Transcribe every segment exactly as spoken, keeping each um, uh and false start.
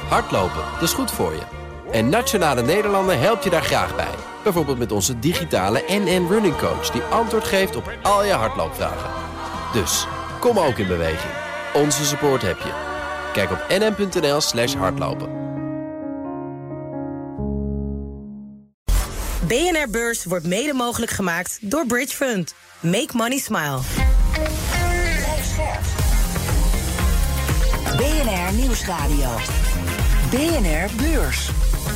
Hardlopen, dat is goed voor je. En Nationale Nederlanden helpt je daar graag bij. Bijvoorbeeld met onze digitale N N Running Coach... die antwoord geeft op al je hardloopvragen. Dus, kom ook in beweging. Onze support heb je. Kijk op nn.nl slash hardlopen. B N R Beurs wordt mede mogelijk gemaakt door Bridge Fund. Make money smile. B N R Nieuwsradio. B N R Beurs.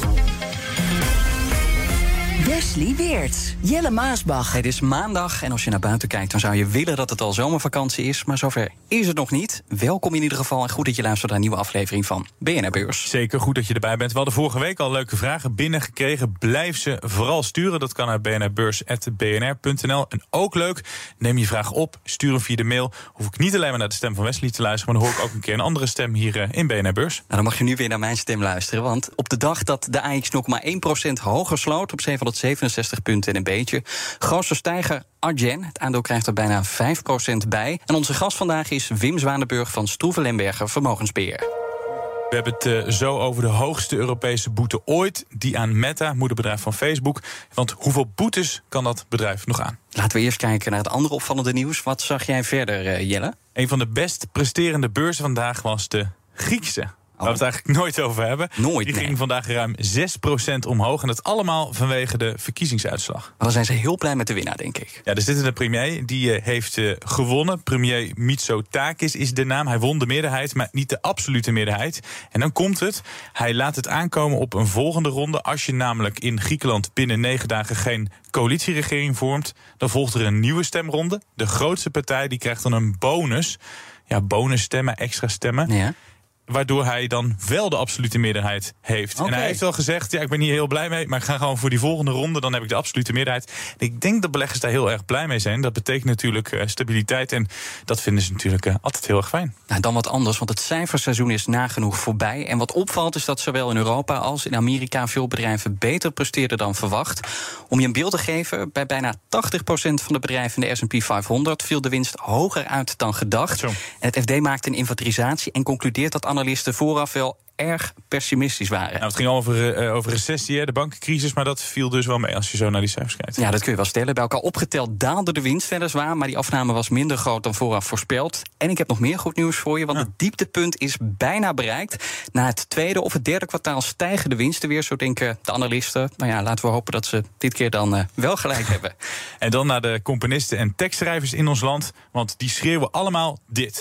Wesley Weerts, Jelle Maasbach. Het is maandag en als je naar buiten kijkt... dan zou je willen dat het al zomervakantie is, maar zover is het nog niet. Welkom in ieder geval en goed dat je luistert naar een nieuwe aflevering van B N R Beurs. Zeker, goed dat je erbij bent. We hadden vorige week al leuke vragen binnengekregen. Blijf ze vooral sturen. Dat kan naar bnrbeurs punt b n r punt n l. En ook leuk, neem je vraag op, stuur hem via de mail. Hoef ik niet alleen maar naar de stem van Wesley te luisteren... maar dan hoor ik ook een keer een andere stem hier in B N R Beurs. Nou, dan mag je nu weer naar mijn stem luisteren. Want op de dag dat de A X nul komma één procent hoger sloot... op zevenhonderdzevenenzestig punten en een beetje. Grootste stijger Adyen. Het aandeel krijgt er bijna vijf procent bij. En onze gast vandaag is Wim Zwanenburg van Stroeven Lemberger Vermogensbeheer. We hebben het uh, zo over de hoogste Europese boete ooit. Die aan Meta, moederbedrijf van Facebook. Want hoeveel boetes kan dat bedrijf nog aan? Laten we eerst kijken naar het andere opvallende nieuws. Wat zag jij verder, uh, Jelle? Een van de best presterende beurzen vandaag was de Griekse. Waar we het eigenlijk nooit over hebben. Nooit, Die nee. ging vandaag ruim zes procent omhoog. En dat allemaal vanwege de verkiezingsuitslag. Maar dan zijn ze heel blij met de winnaar, denk ik. Ja, er zit een premier, die uh, heeft uh, gewonnen. Premier Mitsotakis is de naam. Hij won de meerderheid, maar niet de absolute meerderheid. En dan komt het. Hij laat het aankomen op een volgende ronde. Als je namelijk in Griekenland binnen negen dagen geen coalitieregering vormt... dan volgt er een nieuwe stemronde. De grootste partij die krijgt dan een bonus. Ja, bonusstemmen, extra stemmen. Ja. Waardoor hij dan wel de absolute meerderheid heeft. Okay. En hij heeft wel gezegd, ja, ik ben hier heel blij mee... maar ik ga gewoon voor die volgende ronde, dan heb ik de absolute meerderheid. En ik denk dat beleggers daar heel erg blij mee zijn. Dat betekent natuurlijk uh, stabiliteit en dat vinden ze natuurlijk uh, altijd heel erg fijn. Nou, dan wat anders, want het cijferseizoen is nagenoeg voorbij. En wat opvalt is dat zowel in Europa als in Amerika... veel bedrijven beter presteerden dan verwacht. Om je een beeld te geven, bij bijna tachtig procent van de bedrijven... in de S en P vijfhonderd viel de winst hoger uit dan gedacht. Zo. En het F D maakt een inventarisatie en concludeert dat analisten vooraf wel erg pessimistisch waren. Nou, het ging over, uh, over recessie, hè, de bankencrisis... maar dat viel dus wel mee als je zo naar die cijfers kijkt. Ja, dat kun je wel stellen. Bij elkaar opgeteld daalde de winst weliswaar... maar die afname was minder groot dan vooraf voorspeld. En ik heb nog meer goed nieuws voor je... want ja. het dieptepunt is bijna bereikt. Na het tweede of het derde kwartaal stijgen de winsten weer... zo denken de analisten. Nou ja, laten we hopen dat ze dit keer dan uh, wel gelijk hebben. En dan naar de componisten en tekstschrijvers in ons land... want die schreeuwen allemaal dit.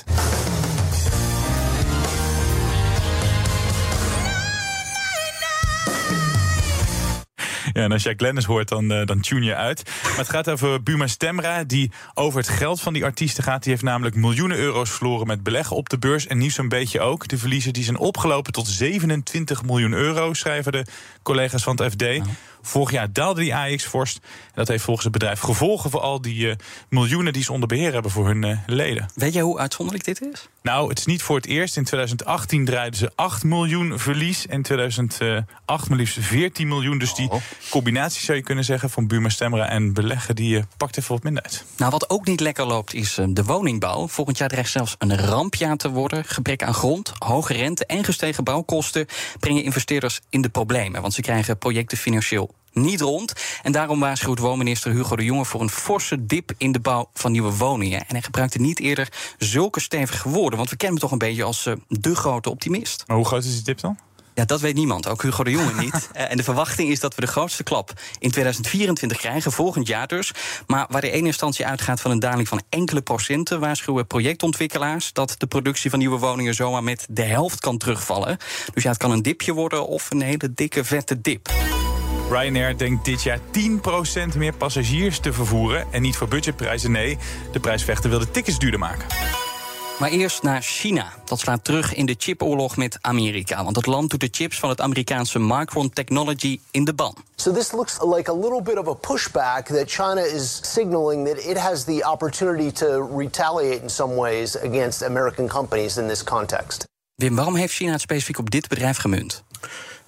Ja, en als jij Glennis hoort, dan, uh, dan tune je uit. Maar het gaat over Buma Stemra, die over het geld van die artiesten gaat. Die heeft namelijk miljoenen euro's verloren met beleggen op de beurs. En niet zo'n beetje ook. De verliezen die zijn opgelopen tot zevenentwintig miljoen euro, schrijven de collega's van het F D. Oh. Vorig jaar daalde die A X fors. En dat heeft volgens het bedrijf gevolgen voor al die uh, miljoenen die ze onder beheer hebben voor hun uh, leden. Weet jij hoe uitzonderlijk dit is? Nou, het is niet voor het eerst. In twintig achttien draaiden ze acht miljoen verlies. In tweeduizend acht maar liefst veertien miljoen. Dus die combinatie zou je kunnen zeggen van Buma Stemra en beleggen, die uh, pakt even wat minder uit. Nou, wat ook niet lekker loopt is uh, de woningbouw. Volgend jaar dreigt zelfs een rampjaar te worden. Gebrek aan grond, hoge rente en gestegen bouwkosten brengen investeerders in de problemen. Want ze krijgen projecten financieel niet rond. En daarom waarschuwt woonminister Hugo de Jonge voor een forse dip in de bouw van nieuwe woningen. En hij gebruikte niet eerder zulke stevige woorden, want we kennen hem toch een beetje als uh, de grote optimist. Maar hoe groot is die dip dan? Ja, dat weet niemand, ook Hugo de Jonge niet. uh, en de verwachting is dat we de grootste klap in tweeduizend vierentwintig krijgen, volgend jaar dus. Maar waar de ene instantie uitgaat van een daling van enkele procenten, waarschuwen projectontwikkelaars dat de productie van nieuwe woningen zomaar met de helft kan terugvallen. Dus ja, het kan een dipje worden of een hele dikke, vette dip. Ryanair denkt dit jaar tien procent meer passagiers te vervoeren. En niet voor budgetprijzen, nee. De prijsvechter wil de tickets duurder maken. Maar eerst naar China. Dat slaat terug in de chipoorlog met Amerika. Want het land doet de chips van het Amerikaanse Micron Technology in de ban. So this looks like a little bit of a pushback that China is signaling that it has the opportunity to retaliate in some ways against American companies in this context. Wim, waarom heeft China het specifiek op dit bedrijf gemunt?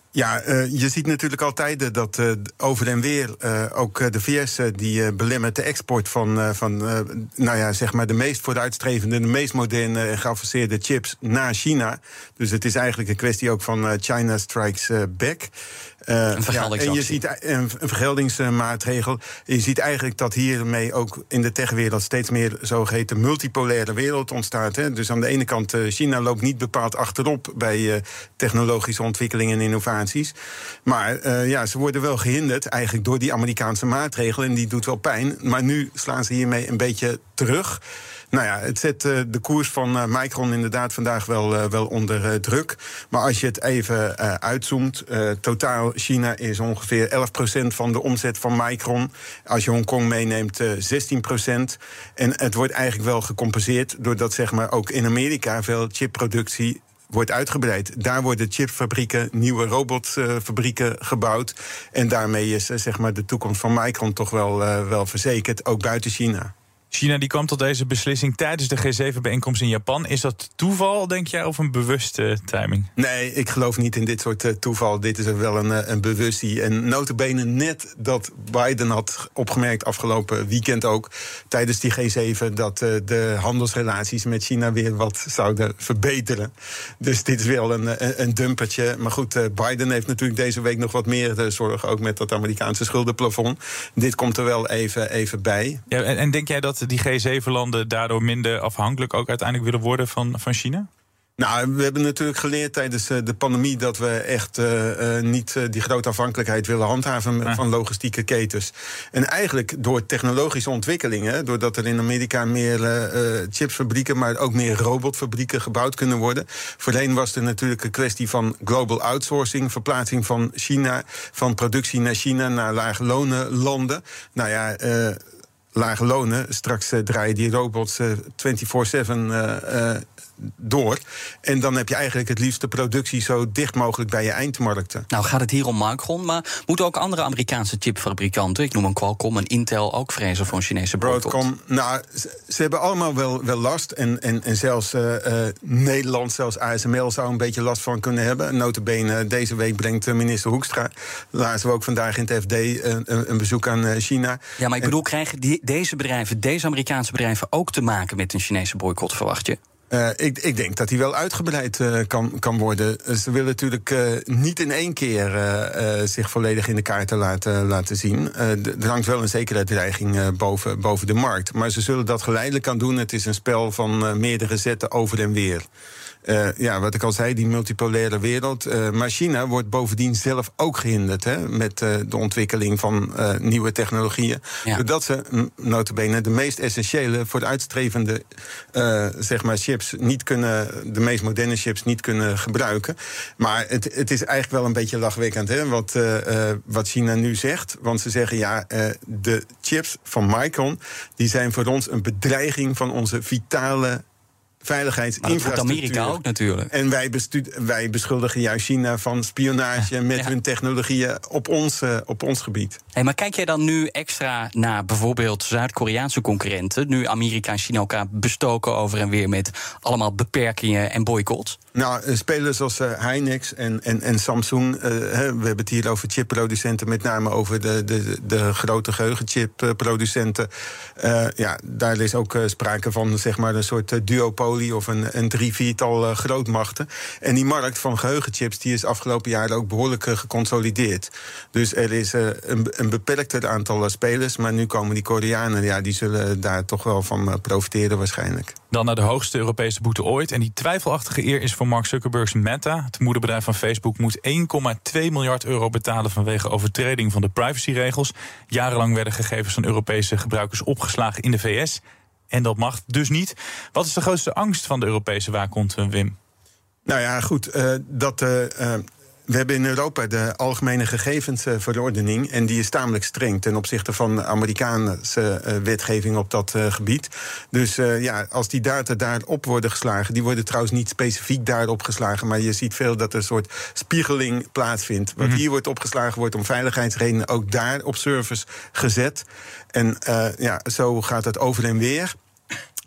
Ja, uh, je ziet natuurlijk altijd dat uh, over en weer uh, ook uh, de V S uh, die uh, belemmert de export van, uh, van uh, nou ja, zeg maar de meest vooruitstrevende, de meest moderne en geavanceerde chips naar China. Dus het is eigenlijk een kwestie ook van uh, China strikes uh, back. Uh, een vergeldingsactie. Ja, en je ziet een, een vergeldingsmaatregel. Je ziet eigenlijk dat hiermee ook in de techwereld steeds meer zogeheten multipolaire wereld ontstaat. Hè. Dus aan de ene kant, uh, China loopt niet bepaald achterop bij uh, technologische ontwikkelingen en innovaties. Maar uh, ja, ze worden wel gehinderd eigenlijk door die Amerikaanse maatregelen. En die doet wel pijn. Maar nu slaan ze hiermee een beetje terug. Nou ja, het zet uh, de koers van uh, Micron inderdaad vandaag wel, uh, wel onder uh, druk. Maar als je het even uh, uitzoomt, uh, totaal China is ongeveer elf procent van de omzet van Micron. Als je Hongkong meeneemt, uh, zestien procent. En het wordt eigenlijk wel gecompenseerd doordat zeg maar ook in Amerika veel chipproductie wordt uitgebreid. Daar worden chipfabrieken, nieuwe robotfabrieken uh, gebouwd. En daarmee is uh, zeg maar de toekomst van Micron toch wel, uh, wel verzekerd, ook buiten China. China die kwam tot deze beslissing tijdens de G zeven bijeenkomst in Japan. Is dat toeval, denk jij, of een bewuste timing? Nee, ik geloof niet in dit soort uh, toeval. Dit is er wel een, een bewustie. En nota bene net dat Biden had opgemerkt afgelopen weekend ook, tijdens die G zeven, dat uh, de handelsrelaties met China weer wat zouden verbeteren. Dus dit is wel een, een, een dumpertje. Maar goed, uh, Biden heeft natuurlijk deze week nog wat meer uh, zorgen, ook met dat Amerikaanse schuldenplafond. Dit komt er wel even, even bij. Ja, en, en denk jij dat die G zeven landen daardoor minder afhankelijk ook uiteindelijk willen worden van, van China? Nou, we hebben natuurlijk geleerd tijdens de pandemie dat we echt uh, uh, niet uh, die grote afhankelijkheid willen handhaven ja. van logistieke ketens. En eigenlijk door technologische ontwikkelingen, doordat er in Amerika meer uh, chipsfabrieken, maar ook meer robotfabrieken gebouwd kunnen worden. Voorheen was er natuurlijk een kwestie van global outsourcing, verplaatsing van China, van productie naar China, naar lage lonen landen. Nou ja, Uh, lage lonen. Straks uh, draaien die robots uh, vierentwintig zeven uh, uh, door. En dan heb je eigenlijk het liefst de productie zo dicht mogelijk bij je eindmarkten. Nou gaat het hier om Micron, maar moeten ook andere Amerikaanse chipfabrikanten, ik noem een Qualcomm en Intel, ook vrezen voor een Chinese boycott? Broadcom, nou, ze, ze hebben allemaal wel, wel last. En, en, en zelfs uh, uh, Nederland, zelfs A S M L zou een beetje last van kunnen hebben. Nota bene, deze week brengt minister Hoekstra, lazen we ook vandaag in het F D, een, een bezoek aan China. Ja, maar ik bedoel, krijgen die, deze bedrijven, deze Amerikaanse bedrijven ook te maken met een Chinese boycott, verwacht je? Uh, ik, ik denk dat die wel uitgebreid uh, kan, kan worden. Ze willen natuurlijk uh, niet in één keer uh, uh, zich volledig in de kaarten laten, laten zien. Uh, er hangt wel een zekere dreiging uh, boven, boven de markt. Maar ze zullen dat geleidelijk aan doen. Het is een spel van uh, meerdere zetten over en weer. Uh, ja, wat ik al zei, die multipolaire wereld. Uh, maar China wordt bovendien zelf ook gehinderd hè, met uh, de ontwikkeling van uh, nieuwe technologieën. Ja. Doordat ze, nota bene, de meest essentiële, vooruitstrevende uh, zeg maar chips niet kunnen, de meest moderne chips niet kunnen gebruiken. Maar het, het is eigenlijk wel een beetje lachwekkend hè, wat, uh, uh, wat China nu zegt. Want ze zeggen, ja, uh, de chips van Micron, die zijn voor ons een bedreiging van onze vitale veiligheidsinfrastructuur. Maar dat doet Amerika ook natuurlijk. En wij, wij beschuldigen juist China van spionage ja, met ja. hun technologieën op ons, uh, op ons gebied. Hey, maar kijk jij dan nu extra naar bijvoorbeeld Zuid-Koreaanse concurrenten, nu Amerika en China elkaar bestoken over en weer met allemaal beperkingen en boycotts? Nou, spelers als uh, Hynix en, en, en Samsung, uh, we hebben het hier over chipproducenten, met name over de, de, de grote geheugenchipproducenten. Uh, ja, daar is ook uh, sprake van zeg maar een soort uh, duopolie of een, een drie, viertal uh, grootmachten. En die markt van geheugenchips die is afgelopen jaar ook behoorlijk uh, geconsolideerd. Dus er is uh, een, een beperkter aantal uh, spelers, maar nu komen die Koreanen, ja, die zullen daar toch wel van uh, profiteren waarschijnlijk. Dan naar de hoogste Europese boete ooit. En die twijfelachtige eer is voor Mark Zuckerberg's Meta. Het moederbedrijf van Facebook moet één komma twee miljard euro betalen vanwege overtreding van de privacyregels. Jarenlang werden gegevens van Europese gebruikers opgeslagen in de V S. En dat mag dus niet. Wat is de grootste angst van de Europese waakhond, Wim? Nou ja, goed, uh, dat Uh, uh We hebben in Europa de Algemene Gegevensverordening. En die is tamelijk streng ten opzichte van de Amerikaanse uh, wetgeving op dat uh, gebied. Dus uh, ja, als die data daarop worden geslagen, die worden trouwens niet specifiek daarop geslagen, maar je ziet veel dat er een soort spiegeling plaatsvindt. Wat mm-hmm. hier wordt opgeslagen, wordt om veiligheidsredenen ook daar op servers gezet. En uh, ja, zo gaat het over en weer.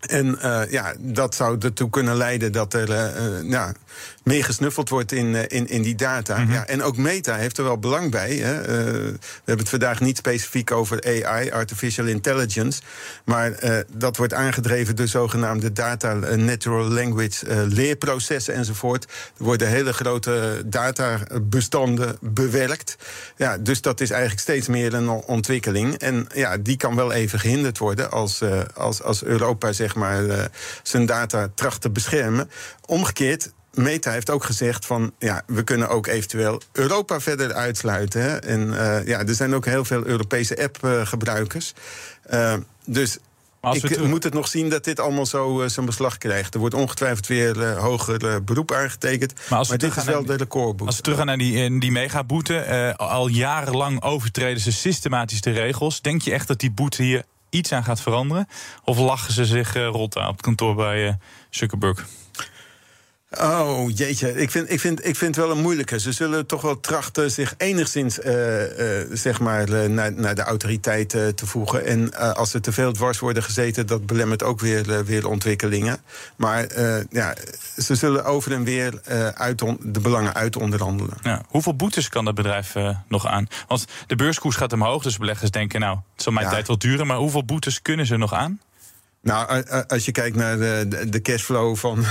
En uh, ja, dat zou ertoe kunnen leiden dat er uh, ja, meer gesnuffeld wordt in, uh, in, in die data. Mm-hmm. Ja, en ook Meta heeft er wel belang bij. Hè. Uh, we hebben het vandaag niet specifiek over A I, Artificial Intelligence. Maar uh, dat wordt aangedreven door zogenaamde data uh, natural language uh, leerprocessen enzovoort. Er worden hele grote databestanden bewerkt. Ja, dus dat is eigenlijk steeds meer een ontwikkeling. En ja, die kan wel even gehinderd worden als, uh, als, als Europa zeg maar uh, zijn data tracht te beschermen. Omgekeerd, Meta heeft ook gezegd van ja, we kunnen ook eventueel Europa verder uitsluiten. Hè? En uh, ja, er zijn ook heel veel Europese app-gebruikers. Uh, dus ik terug... moet het nog zien dat dit allemaal zo uh, zijn beslag krijgt. Er wordt ongetwijfeld weer uh, hoger uh, beroep aangetekend. Maar, als maar dit is wel de recordboete. Als we teruggaan naar die, die megaboete, uh, al jarenlang overtreden ze systematisch de regels. Denk je echt dat die boete hier iets aan gaat veranderen? Of lachen ze zich uh, rot aan op het kantoor bij uh, Zuckerberg? Oh, jeetje. Ik vind, ik, vind, ik vind het wel een moeilijke. Ze zullen toch wel trachten zich enigszins uh, uh, zeg maar, uh, naar, naar de autoriteit uh, te voegen. En uh, als er te veel dwars worden gezeten, dat belemmert ook weer, uh, weer ontwikkelingen. Maar uh, ja, ze zullen over en weer uh, uit on- de belangen uitonderhandelen. Ja, hoeveel boetes kan dat bedrijf uh, nog aan? Want de beurskoers gaat omhoog, dus beleggers denken, nou, het zal mijn ja. tijd wel duren. Maar hoeveel boetes kunnen ze nog aan? Nou, als je kijkt naar de, de cashflow van,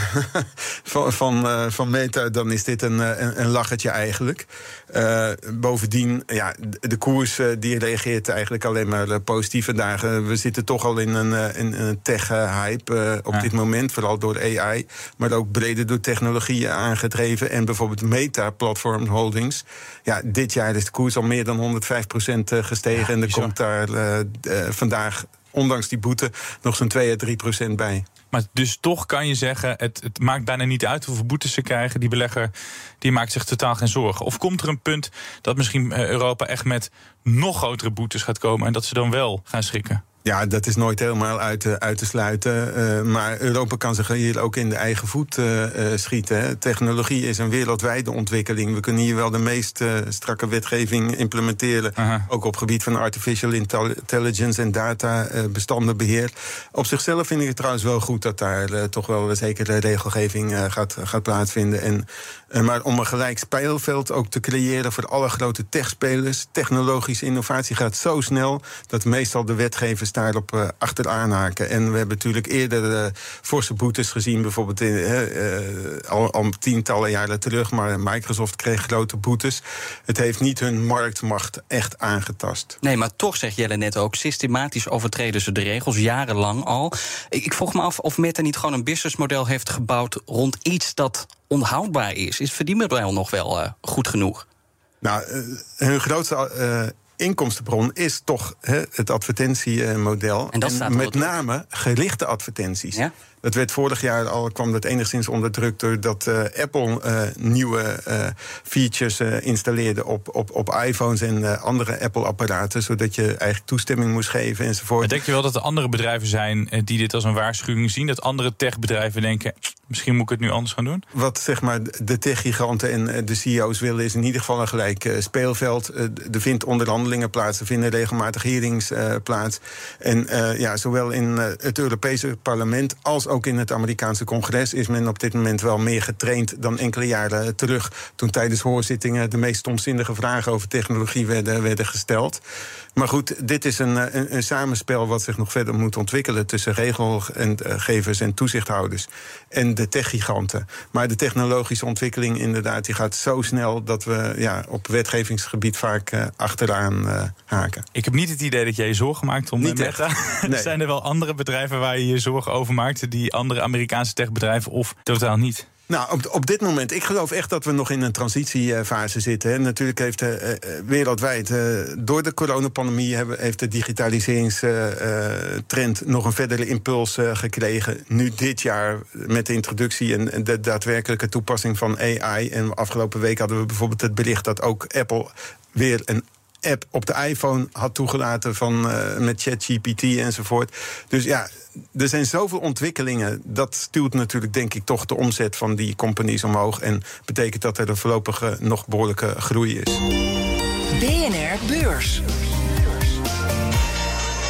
van, van, uh, van Meta, dan is dit een, een, een lachertje eigenlijk. Uh, bovendien, ja, de koers uh, die reageert eigenlijk alleen maar uh, positief vandaag. Uh, we zitten toch al in een, uh, in een tech-hype uh, op ja. dit moment, vooral door A I, maar ook breder door technologieën aangedreven. En bijvoorbeeld Meta Platform Holdings. Ja, dit jaar is de koers al meer dan honderdvijf procent gestegen. Ja, en er komt daar uh, uh, vandaag, ondanks die boete, nog zo'n twee à drie procent bij. Maar dus toch kan je zeggen, het, het maakt bijna niet uit hoeveel boetes ze krijgen. Die belegger die maakt zich totaal geen zorgen. Of komt er een punt dat misschien Europa echt met nog grotere boetes gaat komen en dat ze dan wel gaan schrikken? Ja, dat is nooit helemaal uit te, uit te sluiten. Uh, maar Europa kan zich hier ook in de eigen voet uh, uh, schieten. Hè. Technologie is een wereldwijde ontwikkeling. We kunnen hier wel de meest uh, strakke wetgeving implementeren. Aha. Ook op gebied van artificial intelligence en databestandenbeheer. Op zichzelf vind ik het trouwens wel goed dat daar uh, toch wel een zekere regelgeving uh, gaat, gaat plaatsvinden. En, uh, maar om een gelijk speelveld ook te creëren voor alle grote techspelers. Technologische innovatie gaat zo snel dat meestal de wetgevers daarop uh, achteraan haken. En we hebben natuurlijk eerder uh, forse boetes gezien, bijvoorbeeld in, uh, uh, al, al tientallen jaren terug, maar Microsoft kreeg grote boetes. Het heeft niet hun marktmacht echt aangetast. Nee, maar toch, zegt Jelle net ook, systematisch overtreden ze de regels, jarenlang al. Ik, ik vroeg me af of Meta niet gewoon een businessmodel heeft gebouwd rond iets dat onhoudbaar is. Is het verdienmodel nog wel uh, goed genoeg? Nou, uh, hun grootste Uh, inkomstenbron is toch he, het advertentiemodel. En, dat en met name gerichte advertenties. Ja? Dat werd vorig jaar al, kwam dat enigszins onder druk doordat uh, Apple uh, nieuwe uh, features uh, installeerde op, op, op iPhones en uh, andere Apple-apparaten, zodat je eigenlijk toestemming moest geven enzovoort. Maar denk je wel dat er andere bedrijven zijn uh, die dit als een waarschuwing zien? Dat andere techbedrijven denken, misschien moet ik het nu anders gaan doen? Wat zeg maar de techgiganten en uh, de C E O's willen is in ieder geval een gelijk uh, speelveld. Uh, er vindt onderhandelingen plaats, er vinden regelmatig hearings uh, plaats. En uh, ja, zowel in uh, het Europese parlement als ook in het Amerikaanse congres is men op dit moment wel meer getraind dan enkele jaren terug, toen tijdens hoorzittingen de meest stomzinnige vragen over technologie werden, werden gesteld. Maar goed, dit is een, een, een samenspel wat zich nog verder moet ontwikkelen tussen regelgevers en toezichthouders en de techgiganten. Maar de technologische ontwikkeling inderdaad, die gaat zo snel dat we ja, op wetgevingsgebied vaak uh, achteraan uh, haken. Ik heb niet het idee dat jij je zorgen maakt om niet Meta. Nee. Zijn er wel andere bedrijven waar je je zorgen over maakt, die andere Amerikaanse techbedrijven, of totaal niet? Nou, op, op dit moment, ik geloof echt dat we nog in een transitiefase zitten. Hè. Natuurlijk heeft uh, wereldwijd, uh, door de coronapandemie hebben, heeft de digitaliseringstrend uh, nog een verdere impuls uh, gekregen. Nu dit jaar met de introductie en, en de daadwerkelijke toepassing van A I. En afgelopen week hadden we bijvoorbeeld het bericht dat ook Apple weer een app op de iPhone had toegelaten van, uh, met ChatGPT enzovoort. Dus ja, er zijn zoveel ontwikkelingen. Dat stuurt natuurlijk, denk ik, toch de omzet van die companies omhoog. En betekent dat er een voorlopige nog behoorlijke groei is. B N R Beurs.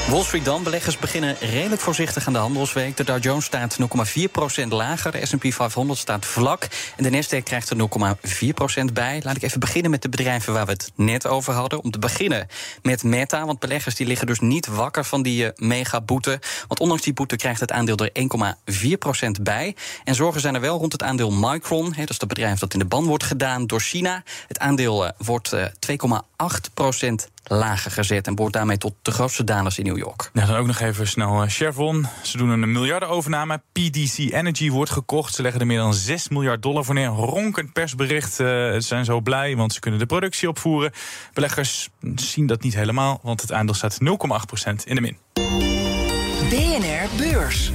Wall Street dan. Beleggers beginnen redelijk voorzichtig aan de handelsweek. De Dow Jones staat nul komma vier procent lager. De S en P vijfhonderd staat vlak. En de Nasdaq krijgt er nul komma vier procent bij. Laat ik even beginnen met de bedrijven waar we het net over hadden. Om te beginnen met Meta. Want beleggers die liggen dus niet wakker van die uh, megaboete. Want ondanks die boete krijgt het aandeel er één komma vier procent bij. En zorgen zijn er wel rond het aandeel Micron. He, dat is dat bedrijf dat in de ban wordt gedaan door China. Het aandeel uh, wordt uh, twee komma acht procent lager gezet en behoort daarmee tot de grootste dalers in New York. Ja, dan ook nog even snel uh, Chevron. Ze doen een miljardenovername. P D C Energy wordt gekocht. Ze leggen er meer dan zes miljard dollar voor neer. Ronkend persbericht. Uh, ze zijn zo blij, want ze kunnen de productie opvoeren. Beleggers zien dat niet helemaal, want het aandeel staat nul komma acht procent in de min. B N R Beurs.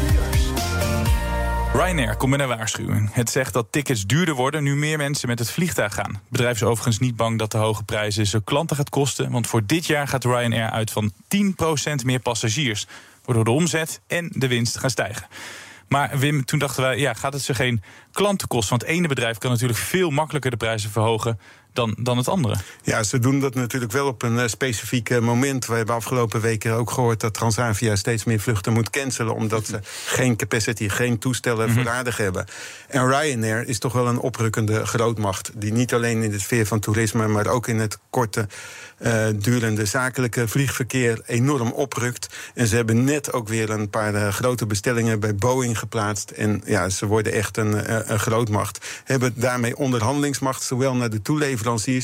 Ryanair komt met een waarschuwing. Het zegt dat tickets duurder worden nu meer mensen met het vliegtuig gaan. Het bedrijf is overigens niet bang dat de hoge prijzen zijn klanten gaat kosten, want voor dit jaar gaat Ryanair uit van tien procent meer passagiers, waardoor de omzet en de winst gaan stijgen. Maar Wim, toen dachten wij, ja, gaat het ze geen klanten kosten? Want het ene bedrijf kan natuurlijk veel makkelijker de prijzen verhogen dan, dan het andere. Ja, ze doen dat natuurlijk wel op een uh, specifiek uh, moment. We hebben afgelopen weken ook gehoord dat Transavia steeds meer vluchten moet cancelen, omdat ze geen capacity, geen toestellen mm-hmm. voorradig hebben. En Ryanair is toch wel een oprukkende grootmacht, die niet alleen in de sfeer van toerisme, maar ook in het korte, uh, durende zakelijke vliegverkeer enorm oprukt. En ze hebben net ook weer een paar uh, grote bestellingen bij Boeing geplaatst. En ja, ze worden echt een, uh, een grootmacht. Hebben daarmee onderhandelingsmacht, zowel naar de toeleveranciers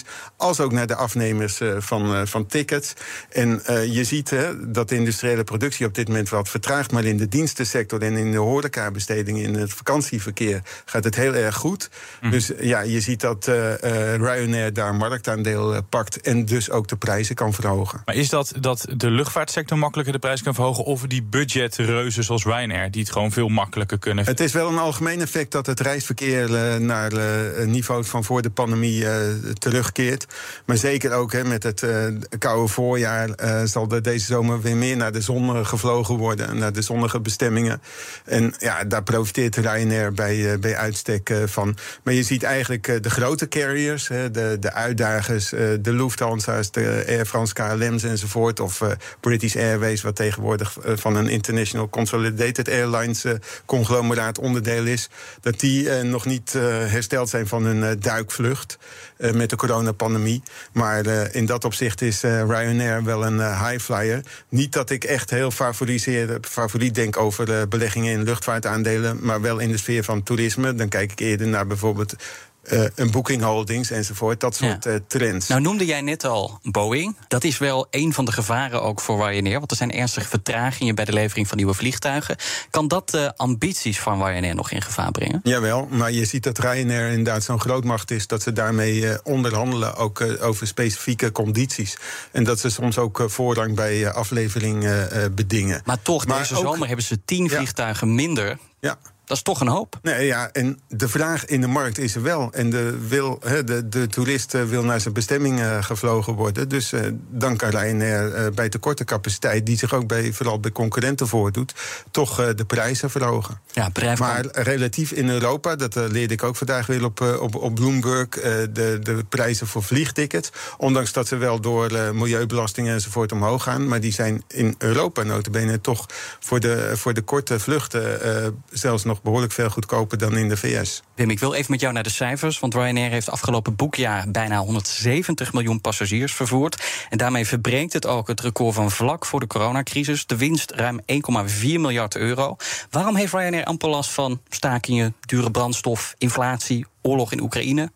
als ook naar de afnemers uh, van, uh, van tickets. En uh, je ziet uh, dat de industriële productie op dit moment wat vertraagt, maar in de dienstensector en in de horecabestedingen, in het vakantieverkeer gaat het heel erg goed. Mm. Dus ja, je ziet dat uh, uh, Ryanair daar marktaandeel uh, pakt en dus ook de prijzen kan verhogen. Maar is dat dat de luchtvaartsector makkelijker de prijs kan verhogen, of die budgetreuzen zoals Ryanair die het gewoon veel makkelijker kunnen? Het is wel een algemeen effect dat het reisverkeer uh, naar uh, niveau van voor de pandemie uh, terugkeert. Maar zeker ook he, met het uh, koude voorjaar uh, zal er deze zomer weer meer naar de zon uh, gevlogen worden, naar de zonnige bestemmingen. En ja, daar profiteert Ryanair bij, uh, bij uitstek uh, van. Maar je ziet eigenlijk uh, de grote carriers, uh, de, de uitdagers, uh, de Lufthansa's, de Air France, K L M's enzovoort, of uh, British Airways, wat tegenwoordig uh, van een International Consolidated Airlines uh, conglomeraat onderdeel is, dat die uh, nog niet uh, hersteld zijn van hun uh, duikvlucht uh, met de coronapandemie. Maar uh, in dat opzicht is uh, Ryanair wel een uh, highflyer. Niet dat ik echt heel favoriseer, favoriet denk over uh, beleggingen in luchtvaartaandelen, maar wel in de sfeer van toerisme. Dan kijk ik eerder naar bijvoorbeeld Uh, een Booking Holdings enzovoort, dat soort ja. uh, trends. Nou noemde jij net al Boeing. Dat is wel een van de gevaren ook voor Ryanair, want er zijn ernstige vertragingen bij de levering van nieuwe vliegtuigen. Kan dat de uh, ambities van Ryanair nog in gevaar brengen? Jawel, maar je ziet dat Ryanair inderdaad zo'n grootmacht is dat ze daarmee uh, onderhandelen, ook uh, over specifieke condities. En dat ze soms ook uh, voorrang bij uh, aflevering uh, uh, bedingen. Maar toch, maar deze zomer ook hebben ze tien ja. vliegtuigen minder. Ja. Dat is toch een hoop. Nee, ja, en de vraag in de markt is er wel. En de, wil, he, de, de toerist wil naar zijn bestemming uh, gevlogen worden. Dus uh, dan kan Ryanair uh, bij tekorten capaciteit, die zich ook bij, vooral bij concurrenten voordoet, toch uh, de prijzen verhogen. Ja, bedrijf maar kan... relatief in Europa, dat uh, leerde ik ook vandaag weer op, uh, op, op Bloomberg, uh, de, de prijzen voor vliegtickets, ondanks dat ze wel door uh, milieubelastingen enzovoort omhoog gaan, maar die zijn in Europa nota bene toch voor de, voor de korte vluchten uh, zelfs nog behoorlijk veel goedkoper dan in de V S. Wim, ik wil even met jou naar de cijfers, want Ryanair heeft afgelopen boekjaar bijna honderdzeventig miljoen passagiers vervoerd. En daarmee verbreekt het ook het record van vlak voor de coronacrisis. De winst ruim één komma vier miljard euro. Waarom heeft Ryanair amper last van stakingen, dure brandstof, inflatie, oorlog in Oekraïne?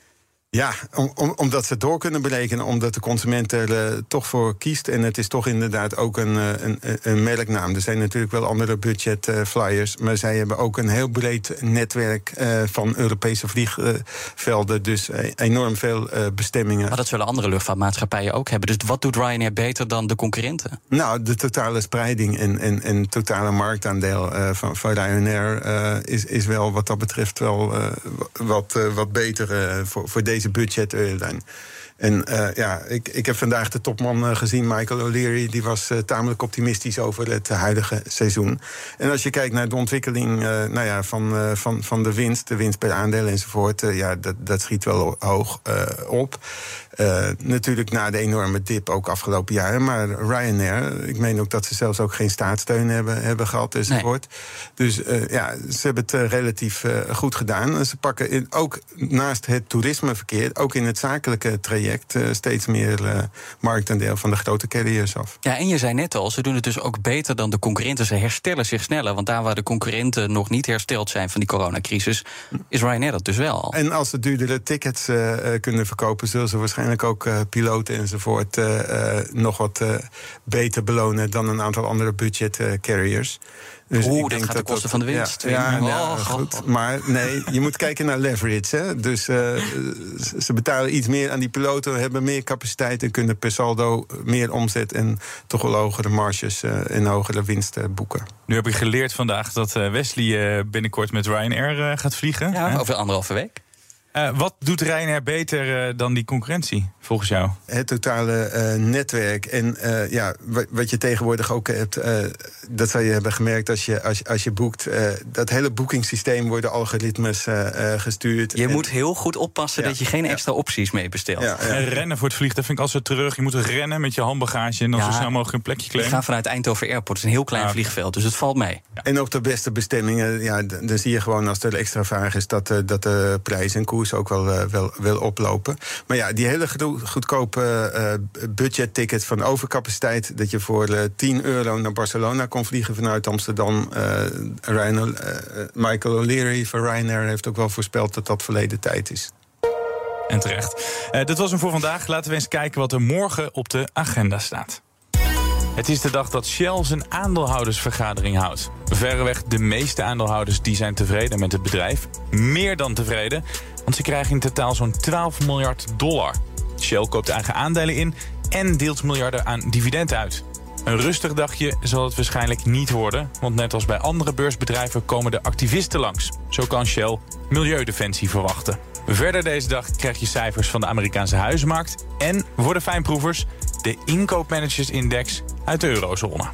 Ja, om, om, omdat ze het door kunnen berekenen, omdat de consument er uh, toch voor kiest. En het is toch inderdaad ook een, een, een merknaam. Er zijn natuurlijk wel andere budgetflyers, uh, maar zij hebben ook een heel breed netwerk uh, van Europese vliegvelden. Dus uh, enorm veel uh, bestemmingen. Maar dat zullen andere luchtvaartmaatschappijen ook hebben. Dus wat doet Ryanair beter dan de concurrenten? Nou, de totale spreiding en, en, en totale marktaandeel uh, van, van Ryanair uh, is, is wel wat dat betreft wel uh, wat, uh, wat beter uh, voor, voor deze budget airline. En uh, ja, ik, ik heb vandaag de topman uh, gezien, Michael O'Leary. Die was uh, tamelijk optimistisch over het uh, huidige seizoen. En als je kijkt naar de ontwikkeling uh, nou ja, van, uh, van, van de winst, de winst per aandeel enzovoort, uh, ja, dat, dat schiet wel hoog uh, op. Uh, natuurlijk na de enorme dip ook afgelopen jaren. Maar Ryanair, ik meen ook dat ze zelfs ook geen staatssteun hebben, hebben gehad enzovoort. Nee. Dus uh, ja, ze hebben het uh, relatief uh, goed gedaan. En ze pakken in, ook naast het toerismeverkeer, ook in het zakelijke traject, uh, steeds meer uh, marktaandeel van de grote carriers af. Ja, en je zei net al, ze doen het dus ook beter dan de concurrenten. Ze herstellen zich sneller. Want daar waar de concurrenten nog niet hersteld zijn van die coronacrisis, is Ryanair dat dus wel. En als ze duurdere tickets uh, kunnen verkopen, zullen ze waarschijnlijk ook uh, piloten enzovoort uh, uh, nog wat uh, beter belonen dan een aantal andere budget uh, carriers. Dus Oeh, dat gaat de kosten dat, van de winst. Ja, ja, oh, ja goed. Maar nee, je moet kijken naar leverage. Hè. Dus uh, ze betalen iets meer aan die piloten, hebben meer capaciteit en kunnen per saldo meer omzet en toch wel hogere marges uh, en hogere winst uh, boeken. Nu heb ik geleerd vandaag dat uh, Wesley uh, binnenkort met Ryanair uh, gaat vliegen. Ja, hè? Over anderhalve week. Uh, wat doet Ryanair beter uh, dan die concurrentie, volgens jou? Het totale uh, netwerk. En uh, ja, wat je tegenwoordig ook hebt, uh, dat zou je hebben gemerkt als je, als, als je boekt. Uh, dat hele boekingssysteem worden algoritmes uh, uh, gestuurd. Je en, moet heel goed oppassen ja, dat je geen extra ja. opties mee bestelt. Ja, ja. En rennen voor het vliegen, dat vind ik altijd terug. Je moet rennen met je handbagage en dan ja, zo snel mogelijk een plekje claimen. Ik ga vanuit Eindhoven Airport, het is een heel klein ah, vliegveld, dus het valt mee. Ja. En op de beste bestemmingen, ja, dan zie je gewoon als er extra vraag is dat, uh, dat de prijs en koers ook wel, uh, wel, wel oplopen. Maar ja, die hele goedkope uh, budgetticket van overcapaciteit, dat je voor uh, tien euro naar Barcelona kon vliegen vanuit Amsterdam. Uh, Ryanair, uh, Michael O'Leary van Ryanair heeft ook wel voorspeld dat dat verleden tijd is. En terecht. Uh, dit was hem voor vandaag. Laten we eens kijken wat er morgen op de agenda staat. Het is de dag dat Shell zijn aandeelhoudersvergadering houdt. Verreweg de meeste aandeelhouders die zijn tevreden met het bedrijf. Meer dan tevreden, want ze krijgen in totaal zo'n twaalf miljard dollar. Shell koopt eigen aandelen in en deelt miljarden aan dividend uit. Een rustig dagje zal het waarschijnlijk niet worden, want net als bij andere beursbedrijven komen de activisten langs. Zo kan Shell milieudefensie verwachten. Verder deze dag krijg je cijfers van de Amerikaanse huizenmarkt en, voor de fijnproevers, de inkoopmanagersindex uit de eurozone.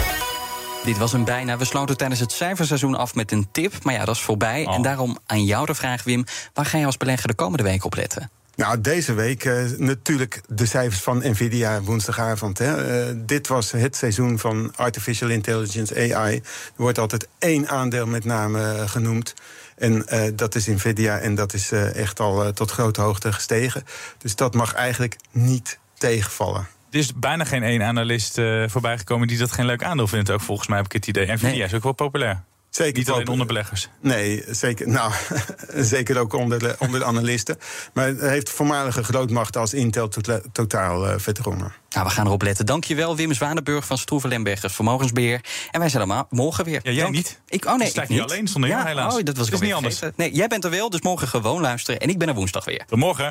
Dit was hem bijna. We sloten tijdens het cijferseizoen af met een tip. Maar ja, dat is voorbij. Oh. En daarom aan jou de vraag, Wim. Waar ga je als belegger de komende week op letten? Nou, deze week uh, natuurlijk de cijfers van Nvidia woensdagavond. Hè. Uh, dit was het seizoen van Artificial Intelligence, A I. Er wordt altijd één aandeel met name uh, genoemd. En uh, dat is Nvidia en dat is uh, echt al uh, tot grote hoogte gestegen. Dus dat mag eigenlijk niet tegenvallen. Er is bijna geen één analist uh, voorbij gekomen die dat geen leuk aandeel vindt. Ook volgens mij heb ik het idee. Nvidia nee. is ook wel populair. Zeker niet alleen onder beleggers. Nee, zeker, nou, zeker ook onder de, onder de analisten. Maar het heeft voormalige grootmachten als Intel to- totaal uh, verdrongen. Nou, we gaan erop letten. Dankjewel, Wim Zwanenburg van Stroeven Lembergers Vermogensbeheer. En wij zijn allemaal morgen weer. Ja, jij Dank... niet? Ik, oh nee, sta ik niet niet. alleen, zonder ja, jou helaas. Oh, dat was het is niet anders. Nee, jij bent er wel, dus morgen gewoon luisteren. En ik ben er woensdag weer. Tot morgen.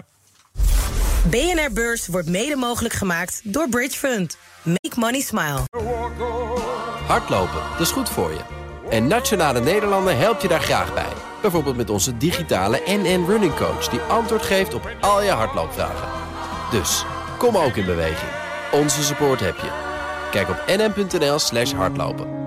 B N R Beurs wordt mede mogelijk gemaakt door Bridge Fund. Make money smile. Hardlopen, dat is goed voor je. En Nationale Nederlanden helpt je daar graag bij. Bijvoorbeeld met onze digitale N N Running Coach, die antwoord geeft op al je hardloopvragen. Dus, kom ook in beweging. Onze support heb je. Kijk op nn.nl slash hardlopen.